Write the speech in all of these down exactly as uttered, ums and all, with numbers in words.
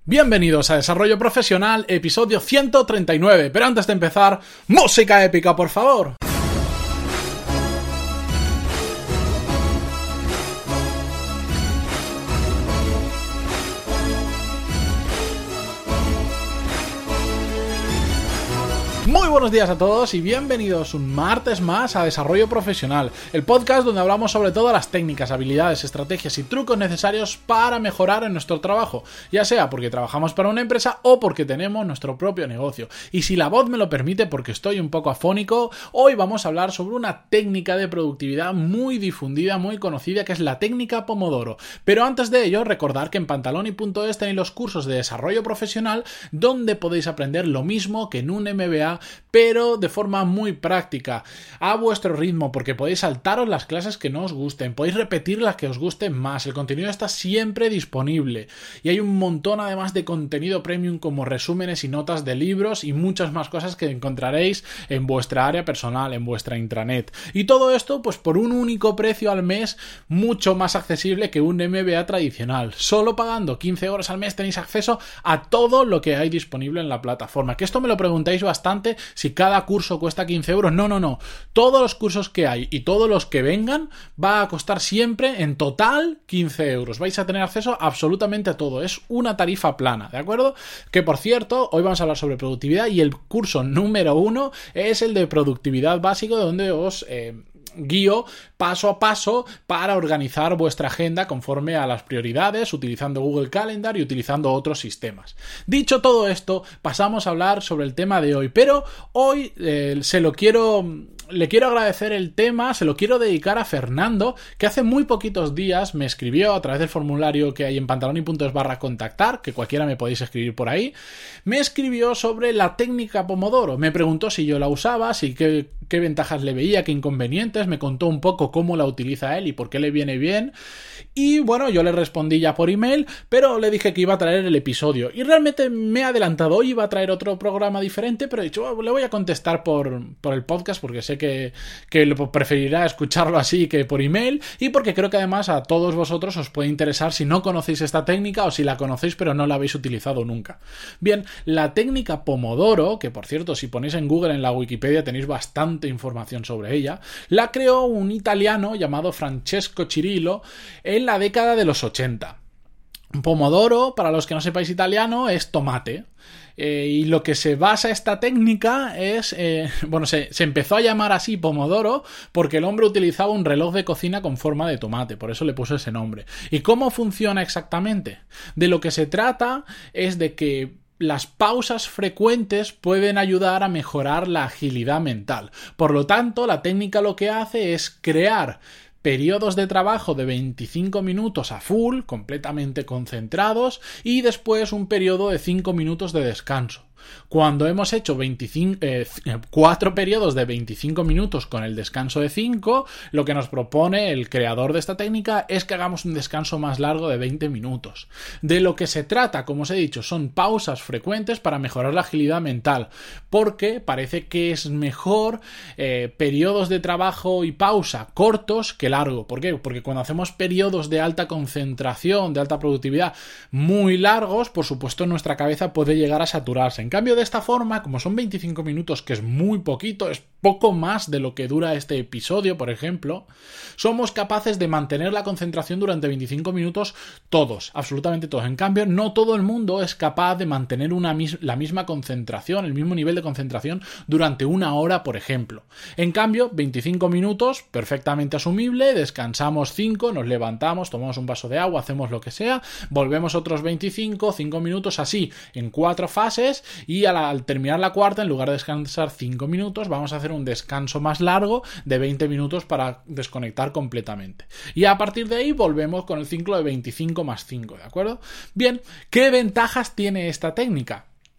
Bienvenidos a Desarrollo Profesional, episodio ciento treinta y nueve. Pero antes de empezar, música épica, por favor. Muy buenos días a todos y bienvenidos un martes más a Desarrollo Profesional, el podcast donde hablamos sobre todas las técnicas, habilidades, estrategias y trucos necesarios para mejorar en nuestro trabajo, ya sea porque trabajamos para una empresa o porque tenemos nuestro propio negocio. Y si la voz me lo permite, porque estoy un poco afónico, hoy vamos a hablar sobre una técnica de productividad muy difundida, muy conocida, que es la técnica Pomodoro. Pero antes de ello, recordar que en pantaloni punto es tenéis los cursos de desarrollo profesional donde podéis aprender lo mismo que en un M B A, pero de forma muy práctica, a vuestro ritmo, porque podéis saltaros las clases que no os gusten, podéis repetir las que os gusten más, el contenido está siempre disponible y hay un montón además de contenido premium como resúmenes y notas de libros y muchas más cosas que encontraréis en vuestra área personal, en vuestra intranet. Y todo esto pues por un único precio al mes, mucho más accesible que un M B A tradicional. Solo pagando quince euros al mes tenéis acceso a todo lo que hay disponible en la plataforma. Que esto me lo preguntáis bastante, si cada curso cuesta quince euros. No, no, no. Todos los cursos que hay y todos los que vengan va a costar siempre en total quince euros. Vais a tener acceso absolutamente a todo. Es una tarifa plana, ¿de acuerdo? Que por cierto, hoy vamos a hablar sobre productividad y el curso número uno es el de productividad básico, donde os eh, guío paso a paso para organizar vuestra agenda conforme a las prioridades, utilizando Google Calendar y utilizando otros sistemas. Dicho todo esto, pasamos a hablar sobre el tema de hoy, pero hoy eh, se lo quiero... Le quiero agradecer el tema, se lo quiero dedicar a Fernando, que hace muy poquitos días me escribió a través del formulario que hay en pantaloni punto es barra contactar, que cualquiera me podéis escribir por ahí. Me escribió sobre la técnica Pomodoro, me preguntó si yo la usaba, si qué, qué ventajas le veía, qué inconvenientes, me contó un poco cómo la utiliza él y por qué le viene bien. Y bueno, yo le respondí ya por email, pero le dije que iba a traer el episodio. Y realmente me he adelantado, hoy iba a traer otro programa diferente, pero he dicho, oh, le voy a contestar por, por el podcast porque sé que, que lo preferirá escucharlo así que por email, y porque creo que además a todos vosotros os puede interesar si no conocéis esta técnica o si la conocéis pero no la habéis utilizado nunca. Bien, la técnica Pomodoro, que por cierto si ponéis en Google en la Wikipedia tenéis bastante información sobre ella, la creó un italiano llamado Francesco Cirillo en la década de los ochenta. Pomodoro, para los que no sepáis italiano, es tomate. Eh, y lo que se basa esta técnica es, eh, bueno, se, se empezó a llamar así Pomodoro porque el hombre utilizaba un reloj de cocina con forma de tomate, por eso le puso ese nombre. ¿Y cómo funciona exactamente? De lo que se trata es de que las pausas frecuentes pueden ayudar a mejorar la agilidad mental. Por lo tanto, la técnica lo que hace es crear periodos de trabajo de veinticinco minutos a full, completamente concentrados, y después un periodo de cinco minutos de descanso. Cuando hemos hecho veinticinco, eh, cuatro periodos de veinticinco minutos con el descanso de cinco, lo que nos propone el creador de esta técnica es que hagamos un descanso más largo de veinte minutos. De lo que se trata, como os he dicho, son pausas frecuentes para mejorar la agilidad mental, porque parece que es mejor eh, periodos de trabajo y pausa cortos que largo. ¿Por qué? Porque cuando hacemos periodos de alta concentración, de alta productividad muy largos, por supuesto nuestra cabeza puede llegar a saturarse. En cambio, de esta forma, como son veinticinco minutos, que es muy poquito, es poco más de lo que dura este episodio, por ejemplo, somos capaces de mantener la concentración durante veinticinco minutos todos, absolutamente todos. En cambio, no todo el mundo es capaz de mantener una mis- la misma concentración, el mismo nivel de concentración durante una hora, por ejemplo. En cambio, veinticinco minutos, perfectamente asumible, descansamos cinco, nos levantamos, tomamos un vaso de agua, hacemos lo que sea, volvemos otros veinticinco, cinco minutos, así, en cuatro fases. Y al, al terminar la cuarta, en lugar de descansar cinco minutos, vamos a hacer un descanso más largo de veinte minutos para desconectar completamente. Y a partir de ahí volvemos con el ciclo de veinticinco más cinco, ¿de acuerdo? Bien, ¿qué ventajas tiene esta técnica?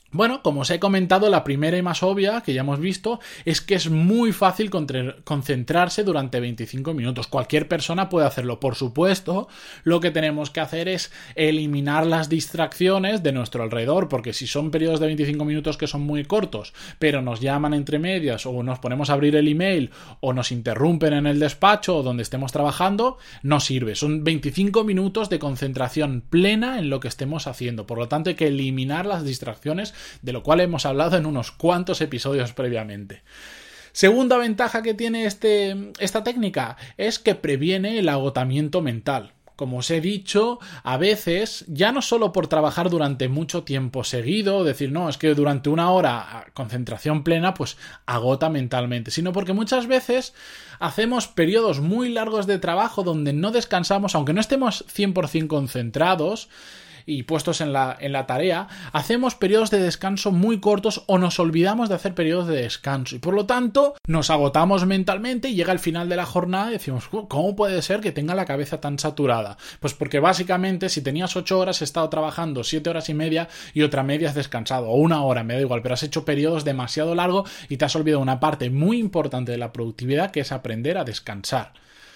Bueno, como os he comentado, la primera y más obvia que ya hemos visto es que es muy fácil concentrarse durante veinticinco minutos. Cualquier persona puede hacerlo. Por supuesto, lo que tenemos que hacer es eliminar las distracciones de nuestro alrededor, porque si son periodos de veinticinco minutos que son muy cortos, pero nos llaman entre medias o nos ponemos a abrir el email o nos interrumpen en el despacho o donde estemos trabajando, no sirve. Son veinticinco minutos de concentración plena en lo que estemos haciendo. Por lo tanto, hay que eliminar las distracciones, de lo cual hemos hablado en unos cuantos episodios previamente. Segunda ventaja que tiene este, esta técnica es que previene el agotamiento mental. Como os he dicho, a veces, ya no solo por trabajar durante mucho tiempo seguido, decir, no, es que durante una hora concentración plena, pues agota mentalmente, sino porque muchas veces hacemos periodos muy largos de trabajo donde no descansamos, aunque no estemos cien por ciento concentrados y puestos en la, en la tarea, hacemos periodos de descanso muy cortos o nos olvidamos de hacer periodos de descanso y por lo tanto nos agotamos mentalmente y llega el final de la jornada y decimos, ¿cómo puede ser que tenga la cabeza tan saturada? Pues porque básicamente si tenías ocho horas has estado trabajando siete horas y media y otra media has descansado, o una hora, me da igual, pero has hecho periodos demasiado largos y te has olvidado una parte muy importante de la productividad, que es aprender a descansar.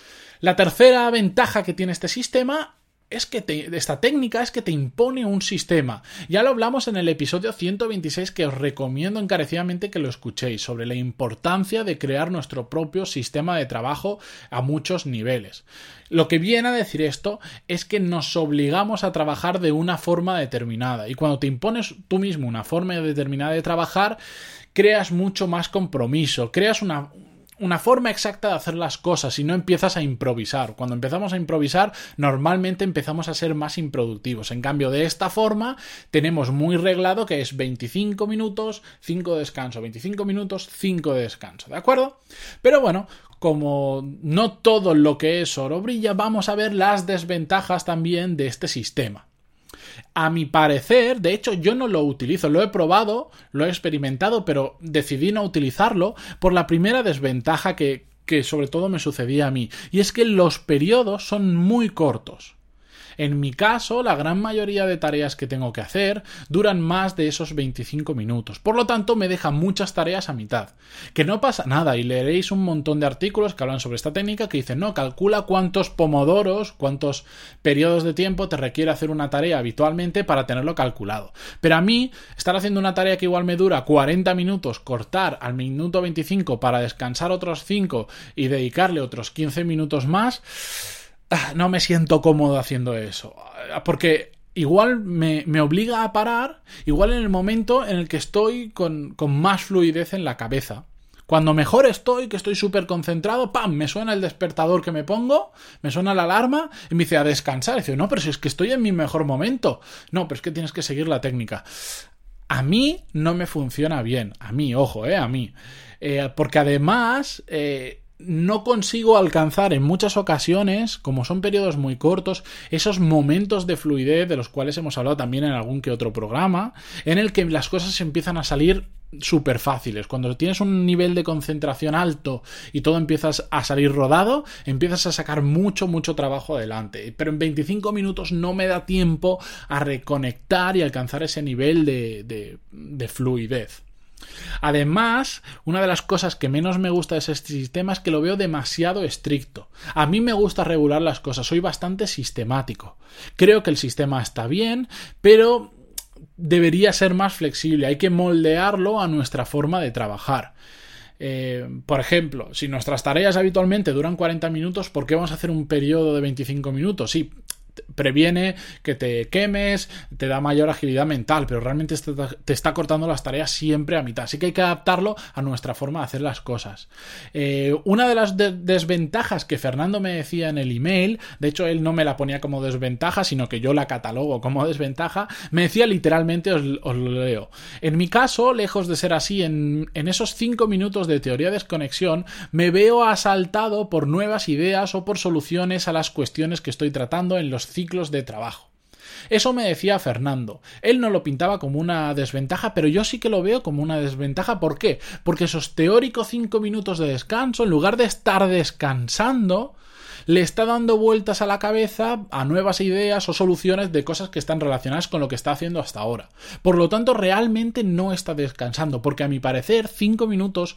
La tercera ventaja que tiene este sistema es que te, esta técnica es que te impone un sistema. Ya lo hablamos en el episodio ciento veintiséis, que os recomiendo encarecidamente que lo escuchéis, sobre la importancia de crear nuestro propio sistema de trabajo a muchos niveles. Lo que viene a decir esto es que nos obligamos a trabajar de una forma determinada, y cuando te impones tú mismo una forma determinada de trabajar, creas mucho más compromiso, creas una una forma exacta de hacer las cosas y no empiezas a improvisar. Cuando empezamos a improvisar, normalmente empezamos a ser más improductivos. En cambio, de esta forma, tenemos muy reglado que es veinticinco minutos, cinco de descanso, veinticinco minutos, cinco de descanso, ¿de acuerdo? Pero bueno, como no todo lo que es oro brilla, vamos a ver las desventajas también de este sistema. A mi parecer, de hecho yo no lo utilizo, lo he probado, lo he experimentado, pero decidí no utilizarlo por la primera desventaja que, que sobre todo me sucedía a mí, y es que los periodos son muy cortos. En mi caso, la gran mayoría de tareas que tengo que hacer duran más de esos veinticinco minutos. Por lo tanto, me deja muchas tareas a mitad. Que no pasa nada, y leeréis un montón de artículos que hablan sobre esta técnica que dicen, no, calcula cuántos pomodoros, cuántos periodos de tiempo te requiere hacer una tarea habitualmente para tenerlo calculado. Pero a mí, estar haciendo una tarea que igual me dura cuarenta minutos, cortar al minuto veinticinco para descansar otros cinco y dedicarle otros quince minutos más, no me siento cómodo haciendo eso, porque igual me, me obliga a parar, igual en el momento en el que estoy con, con más fluidez en la cabeza. Cuando mejor estoy, que estoy súper concentrado, ¡pam!, me suena el despertador que me pongo, me suena la alarma y me dice a descansar. Y dice, no, pero si es que estoy en mi mejor momento. No, pero es que tienes que seguir la técnica. A mí no me funciona bien, a mí, ojo, eh, a mí. Eh, porque además Eh, no consigo alcanzar en muchas ocasiones, como son periodos muy cortos, esos momentos de fluidez de los cuales hemos hablado también en algún que otro programa, en el que las cosas empiezan a salir súper fáciles. Cuando tienes un nivel de concentración alto y todo empiezas a salir rodado, empiezas a sacar mucho, mucho trabajo adelante. Pero en veinticinco minutos no me da tiempo a reconectar y alcanzar ese nivel de, de, de fluidez. Además, una de las cosas que menos me gusta de este sistema es que lo veo demasiado estricto. A mí me gusta regular las cosas, soy bastante sistemático. Creo que el sistema está bien, pero debería ser más flexible, hay que moldearlo a nuestra forma de trabajar. Eh, por ejemplo, si nuestras tareas habitualmente duran cuarenta minutos, ¿por qué vamos a hacer un periodo de veinticinco minutos? Sí, previene que te quemes, te da mayor agilidad mental, pero realmente te está cortando las tareas siempre a mitad, así que hay que adaptarlo a nuestra forma de hacer las cosas. Eh, una de las de- desventajas que Fernando me decía en el email, de hecho él no me la ponía como desventaja, sino que yo la catalogo como desventaja, me decía literalmente, os, os lo leo, en mi caso, lejos de ser así, en, en esos cinco minutos de teoría de desconexión, me veo asaltado por nuevas ideas o por soluciones a las cuestiones que estoy tratando en los ciclos de trabajo. Eso me decía Fernando. Él no lo pintaba como una desventaja, pero yo sí que lo veo como una desventaja. ¿Por qué? Porque esos teóricos cinco minutos de descanso, en lugar de estar descansando, le está dando vueltas a la cabeza a nuevas ideas o soluciones de cosas que están relacionadas con lo que está haciendo hasta ahora. Por lo tanto, realmente no está descansando, porque a mi parecer, cinco minutos...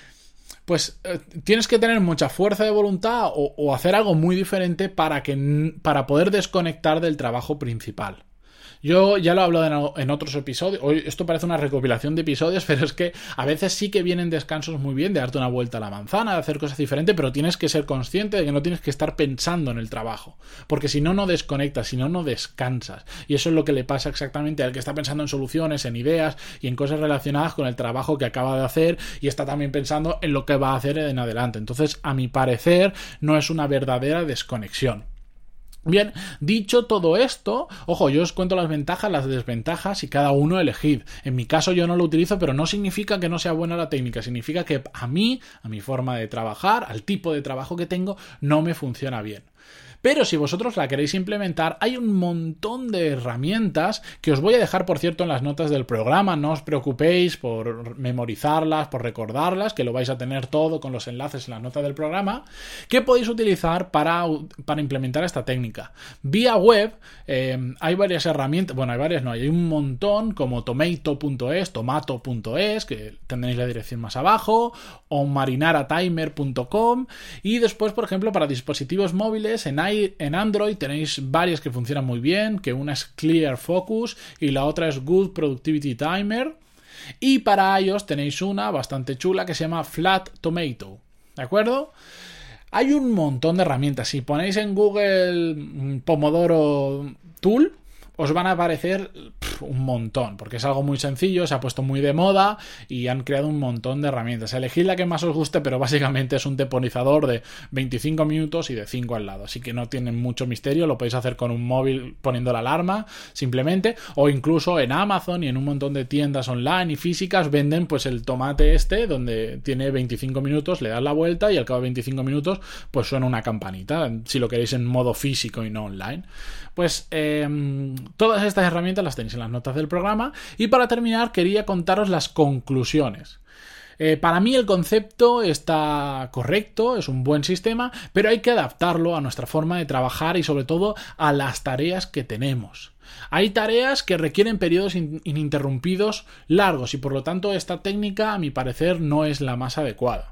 pues eh, tienes que tener mucha fuerza de voluntad o, o hacer algo muy diferente para, que, para poder desconectar del trabajo principal. Yo ya lo he hablado en otros episodios. Hoy esto parece una recopilación de episodios, pero es que a veces sí que vienen descansos muy bien, de darte una vuelta a la manzana, de hacer cosas diferentes, pero tienes que ser consciente de que no tienes que estar pensando en el trabajo, porque si no, no desconectas, si no, no descansas. Y eso es lo que le pasa exactamente al que está pensando en soluciones, en ideas y en cosas relacionadas con el trabajo que acaba de hacer, y está también pensando en lo que va a hacer en adelante. Entonces, a mi parecer, no es una verdadera desconexión. Bien, dicho todo esto, ojo, yo os cuento las ventajas, las desventajas y cada uno elegid. En mi caso yo no lo utilizo, pero no significa que no sea buena la técnica, significa que a mí, a mi forma de trabajar, al tipo de trabajo que tengo, no me funciona bien. Pero si vosotros la queréis implementar, hay un montón de herramientas que os voy a dejar, por cierto, en las notas del programa. No os preocupéis por memorizarlas, por recordarlas, que lo vais a tener todo con los enlaces en las notas del programa, que podéis utilizar para, para implementar esta técnica. Vía web eh, hay varias herramientas, bueno, hay varias, no, hay un montón, como tomato punto es, tomato punto es, que tendréis la dirección más abajo, o marinaratimer punto com, y después, por ejemplo, para dispositivos móviles, en iOS, en Android tenéis varias que funcionan muy bien, que una es Clear Focus y la otra es Good Productivity Timer, y para iOS tenéis una bastante chula que se llama Flat Tomato, ¿de acuerdo? Hay un montón de herramientas. Si ponéis en Google Pomodoro Tool, os van a aparecer pff, un montón, porque es algo muy sencillo, se ha puesto muy de moda y han creado un montón de herramientas. Elegid la que más os guste, pero básicamente es un temporizador de veinticinco minutos y de cinco al lado, así que no tiene mucho misterio, lo podéis hacer con un móvil poniendo la alarma simplemente, o incluso en Amazon y en un montón de tiendas online y físicas venden pues el tomate este, donde tiene veinticinco minutos, le das la vuelta y al cabo de veinticinco minutos pues suena una campanita, si lo queréis en modo físico y no online. Pues eh, todas estas herramientas las tenéis en las notas del programa. Y para terminar quería contaros las conclusiones. Eh, para mí el concepto está correcto, es un buen sistema, pero hay que adaptarlo a nuestra forma de trabajar y sobre todo a las tareas que tenemos. Hay tareas que requieren periodos in- ininterrumpidos largos y por lo tanto esta técnica a mi parecer no es la más adecuada.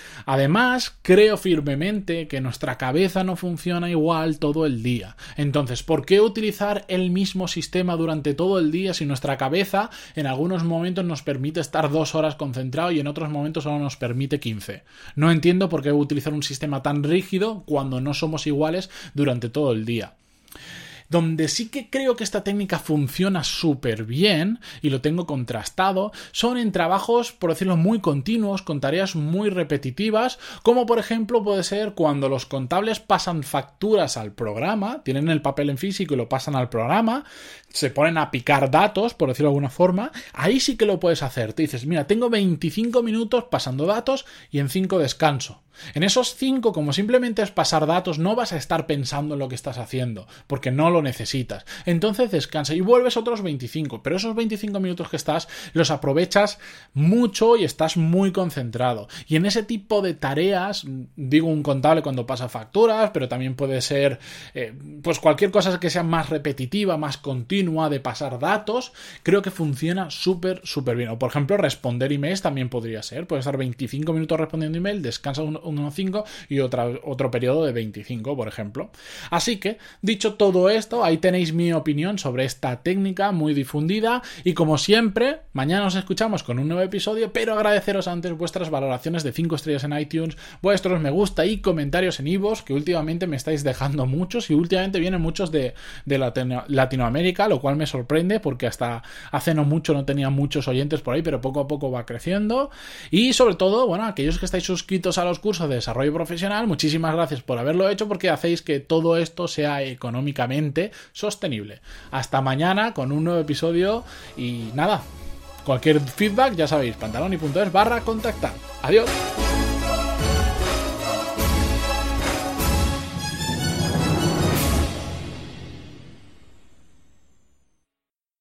Además, creo firmemente que nuestra cabeza no funciona igual todo el día. Entonces, ¿por qué utilizar el mismo sistema durante todo el día si nuestra cabeza en algunos momentos nos permite estar dos horas concentrado y en otros momentos solo nos permite quince? No entiendo por qué utilizar un sistema tan rígido cuando no somos iguales durante todo el día. Donde sí que creo que esta técnica funciona súper bien, y lo tengo contrastado, son en trabajos, por decirlo, muy continuos, con tareas muy repetitivas, como por ejemplo puede ser cuando los contables pasan facturas al programa, tienen el papel en físico y lo pasan al programa, se ponen a picar datos, por decirlo de alguna forma, ahí sí que lo puedes hacer. Te dices, mira, tengo veinticinco minutos pasando datos y en cinco descanso. En esos cinco, como simplemente es pasar datos, no vas a estar pensando en lo que estás haciendo, porque no lo necesitas. Entonces descansa y vuelves otros veinticinco, pero esos veinticinco minutos que estás los aprovechas mucho y estás muy concentrado. Y en ese tipo de tareas, digo un contable cuando pasa facturas, pero también puede ser eh, pues cualquier cosa que sea más repetitiva, más continua de pasar datos, creo que funciona súper, súper bien. O por ejemplo, responder emails también podría ser. Puedes estar veinticinco minutos respondiendo email, descansa un uno cinco y otra, otro periodo de veinticinco, por ejemplo. Así que, dicho todo esto, ahí tenéis mi opinión sobre esta técnica muy difundida y como siempre, mañana nos escuchamos con un nuevo episodio, pero agradeceros antes vuestras valoraciones de cinco estrellas en iTunes, vuestros me gusta y comentarios en iVoox, que últimamente me estáis dejando muchos y últimamente vienen muchos de, de Latino, Latinoamérica, lo cual me sorprende porque hasta hace no mucho no tenía muchos oyentes por ahí, pero poco a poco va creciendo. Y sobre todo, bueno, aquellos que estáis suscritos a los cursos de desarrollo profesional, muchísimas gracias por haberlo hecho porque hacéis que todo esto sea económicamente sostenible. Hasta mañana con un nuevo episodio y nada, cualquier feedback ya sabéis, pantaloni punto es barra contactar. Adiós.